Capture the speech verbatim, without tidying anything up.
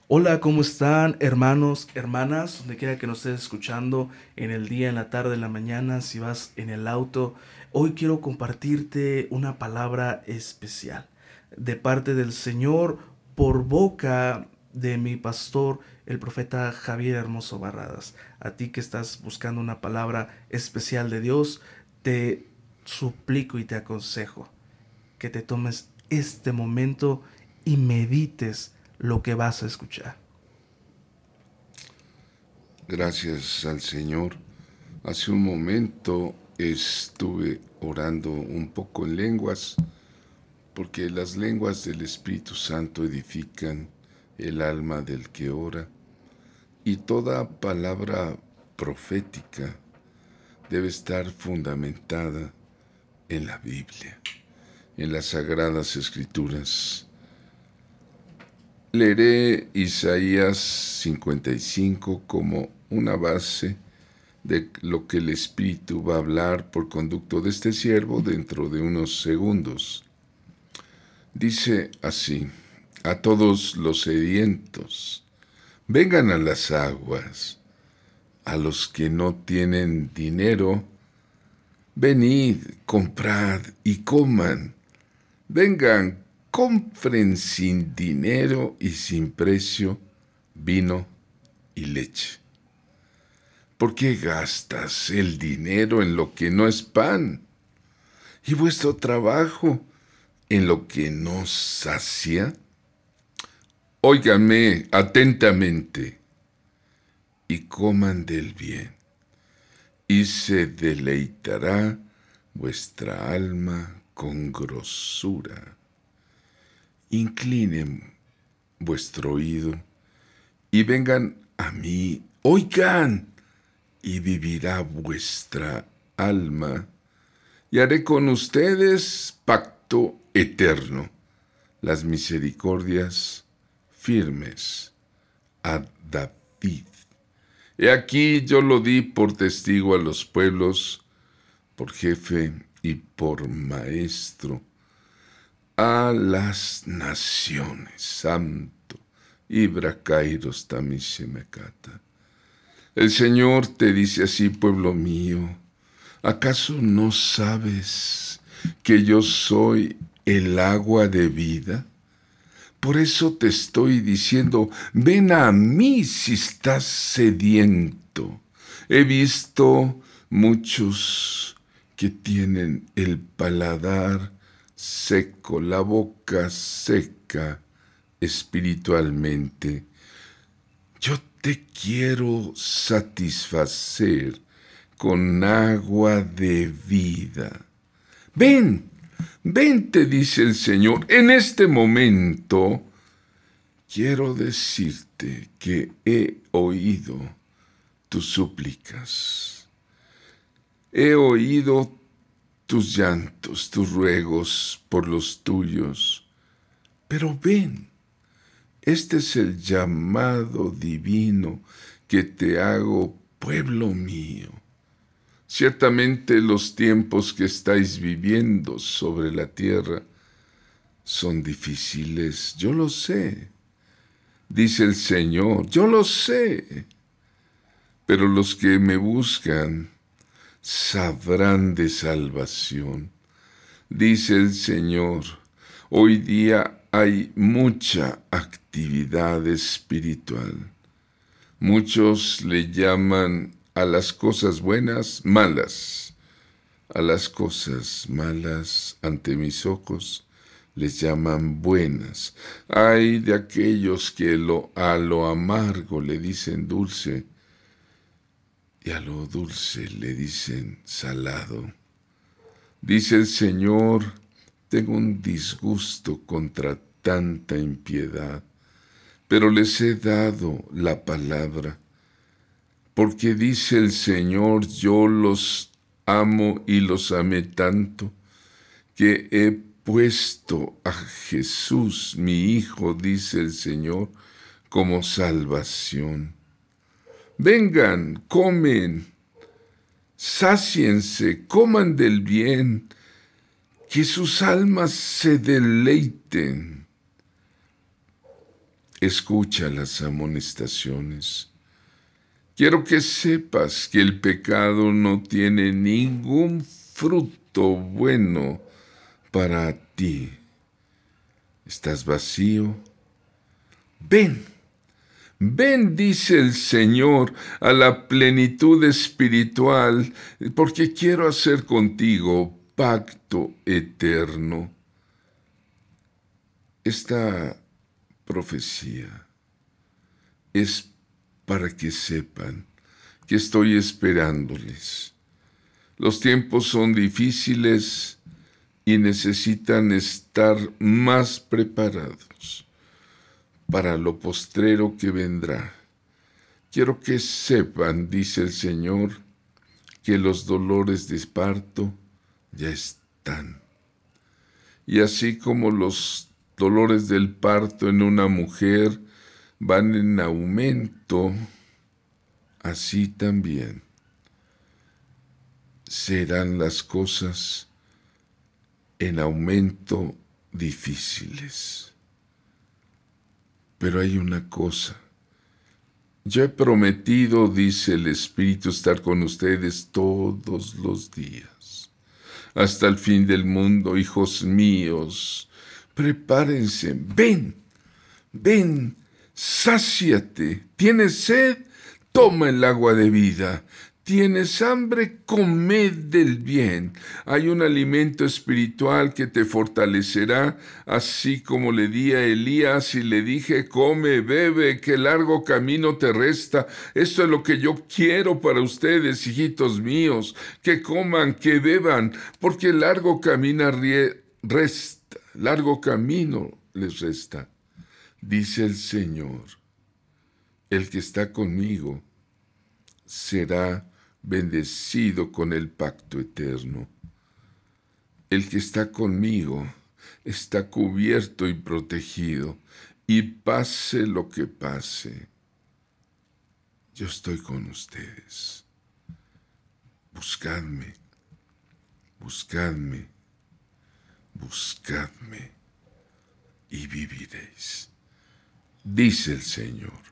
Hola, ¿cómo están, hermanos, hermanas? Donde quiera que nos estés escuchando, en el día, en la tarde, en la mañana, si vas en el auto. Hoy quiero compartirte una palabra especial de parte del Señor por boca de mi pastor, el profeta Javier Hermoso Barradas. A ti que estás buscando una palabra especial de Dios, te suplico y te aconsejo que te tomes este momento y medites lo que vas a escuchar. Gracias al Señor. Hace un momento estuve orando un poco en lenguas, porque las lenguas del Espíritu Santo edifican el alma del que ora, y toda palabra profética debe estar fundamentada en la Biblia, en las Sagradas Escrituras. Leeré Isaías cincuenta y cinco como una base de lo que el Espíritu va a hablar por conducto de este siervo dentro de unos segundos. Dice así: a todos los sedientos, vengan a las aguas; a los que no tienen dinero, venid, comprad y coman. Vengan, compren sin dinero y sin precio vino y leche. ¿Por qué gastas el dinero en lo que no es pan, y vuestro trabajo en lo que no sacia? Óiganme atentamente y coman del bien, y se deleitará vuestra alma con grosura. Inclinen vuestro oído y vengan a mí. Oigan, y vivirá vuestra alma, y haré con ustedes pacto eterno, las misericordias firmes a David. He aquí yo lo di por testigo a los pueblos, por jefe y por maestro a las naciones. Santo, Ibra Kairos Tamishemekata. El Señor te dice así: pueblo mío, ¿acaso no sabes que yo soy el agua de vida? Por eso te estoy diciendo, ven a mí si estás sediento. He visto muchos que tienen el paladar seco, la boca seca espiritualmente. Yo te quiero satisfacer con agua de vida. Ven, ven, te dice el Señor. En este momento quiero decirte que he oído tus súplicas. He oído tus llantos, tus ruegos por los tuyos. Pero ven, este es el llamado divino que te hago, pueblo mío. Ciertamente los tiempos que estáis viviendo sobre la tierra son difíciles, yo lo sé, dice el Señor, yo lo sé. Pero los que me buscan sabrán de salvación, dice el Señor. Hoy día hay mucha actividad espiritual. Muchos le llaman a las cosas buenas malas. A las cosas malas ante mis ojos les llaman buenas. Ay de aquellos que lo, a lo amargo le dicen dulce, y a lo dulce le dicen salado. Dice el Señor: tengo un disgusto contra tanta impiedad, pero les he dado la palabra, porque dice el Señor: yo los amo y los amé tanto, que he puesto a Jesús, mi Hijo, dice el Señor, como salvación. Vengan, comen, sáciense, coman del bien, que sus almas se deleiten. escucha las amonestaciones. Quiero que sepas que el pecado no tiene ningún fruto bueno para ti. ¿Estás vacío? Ven, ven, dice el Señor, a la plenitud espiritual, porque quiero hacer contigo pacto eterno. Esta profecía es para que sepan que estoy esperándoles. Los tiempos son difíciles y necesitan estar más preparados para lo postrero que vendrá. Quiero que sepan, dice el Señor, que los dolores de parto ya están. Y así como los dolores del parto en una mujer van en aumento, así también serán las cosas en aumento difíciles. Pero hay una cosa. Yo he prometido, dice el Espíritu, estar con ustedes todos los días, hasta el fin del mundo. Hijos míos, prepárense, ven, ven, sáciate. ¿Tienes sed? Toma el agua de vida. ¿Tienes hambre? Comed del bien. Hay un alimento espiritual que te fortalecerá, así como le di a Elías y le dije, come, bebe, que largo camino te resta. Esto es lo que yo quiero para ustedes, hijitos míos, que coman, que beban, porque largo camino resta, largo camino les resta. Dice el Señor, el que está conmigo será bendecido con el pacto eterno. El que está conmigo está cubierto y protegido, y pase lo que pase, yo estoy con ustedes. Buscadme, buscadme, buscadme, y viviréis, dice el Señor.